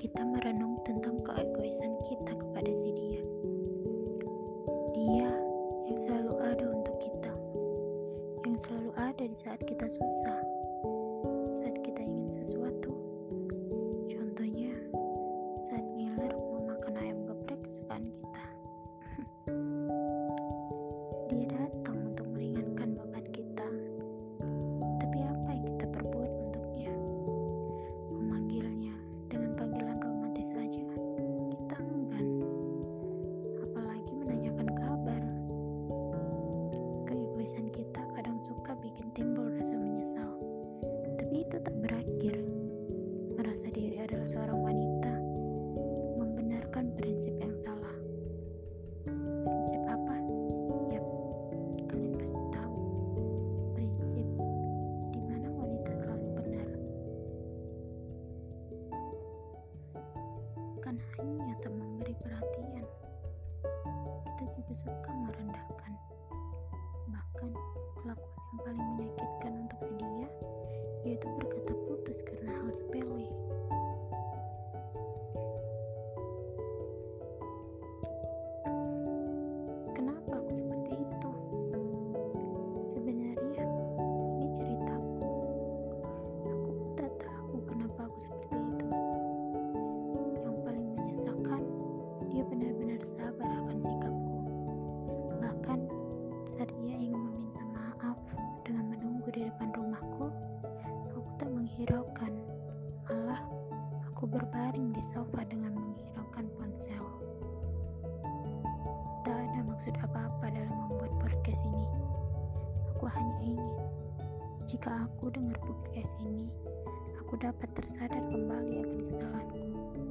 kita merenung tentang keegoisan kita kepada si dia. Dia yang selalu ada untuk kita, yang selalu ada di saat kita susah, saat kita ingin sesuatu. Contohnya, saat ngiler mau makan ayam geprek kesukaan kita. Dia datang untuk meringankan beban kita. Tapi apa yang kita perbuat untuknya? Memanggilnya dengan panggilan romantis saja kita enggan, apalagi menanyakan kabar. Keegoisan kita kadang suka bikin timbul rasa menyesal, tapi itu tak berakhir. Merasa diri adalah seorang wanita, membenarkan prinsip yang salah. Prinsip apa? Yap, kalian pasti tahu. Prinsip di mana wanita selalu benar. Bukan hanya tak memberi perhatian, kita juga suka merendahkan. Bahkan kelakuan yang paling menyakitkan untuk si dia yaitu berkata putus karena hal sepele. Kenapa aku seperti itu? Sebenarnya ini ceritaku. Aku pun tak tahu kenapa aku seperti itu. Yang paling menyesalkan, dia benar-benar sabar akan sikapku. Bahkan saat dia ingin meminta maaf dengan menunggu di depan rumahku, aku tak menghiraukan. Malah aku berbaring di sofa dengan menghiraukan ponsel. Tak ada maksud apa-apa dalam membuat podcast ini. Aku hanya ingin, jika aku dengar podcast ini, aku dapat tersadar kembali akan kesalahanku.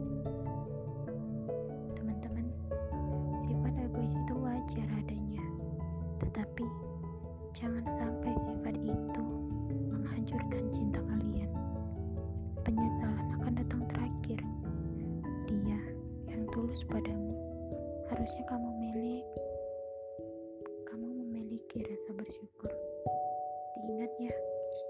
Teman-teman, sifat egois itu wajar adanya, tetapi jangan sampai sifat itu menghancurkan cinta kalian. Penyesalan akan datang terakhir. Dia yang tulus padamu harusnya kamu memiliki rasa bersyukur. Diingat ya.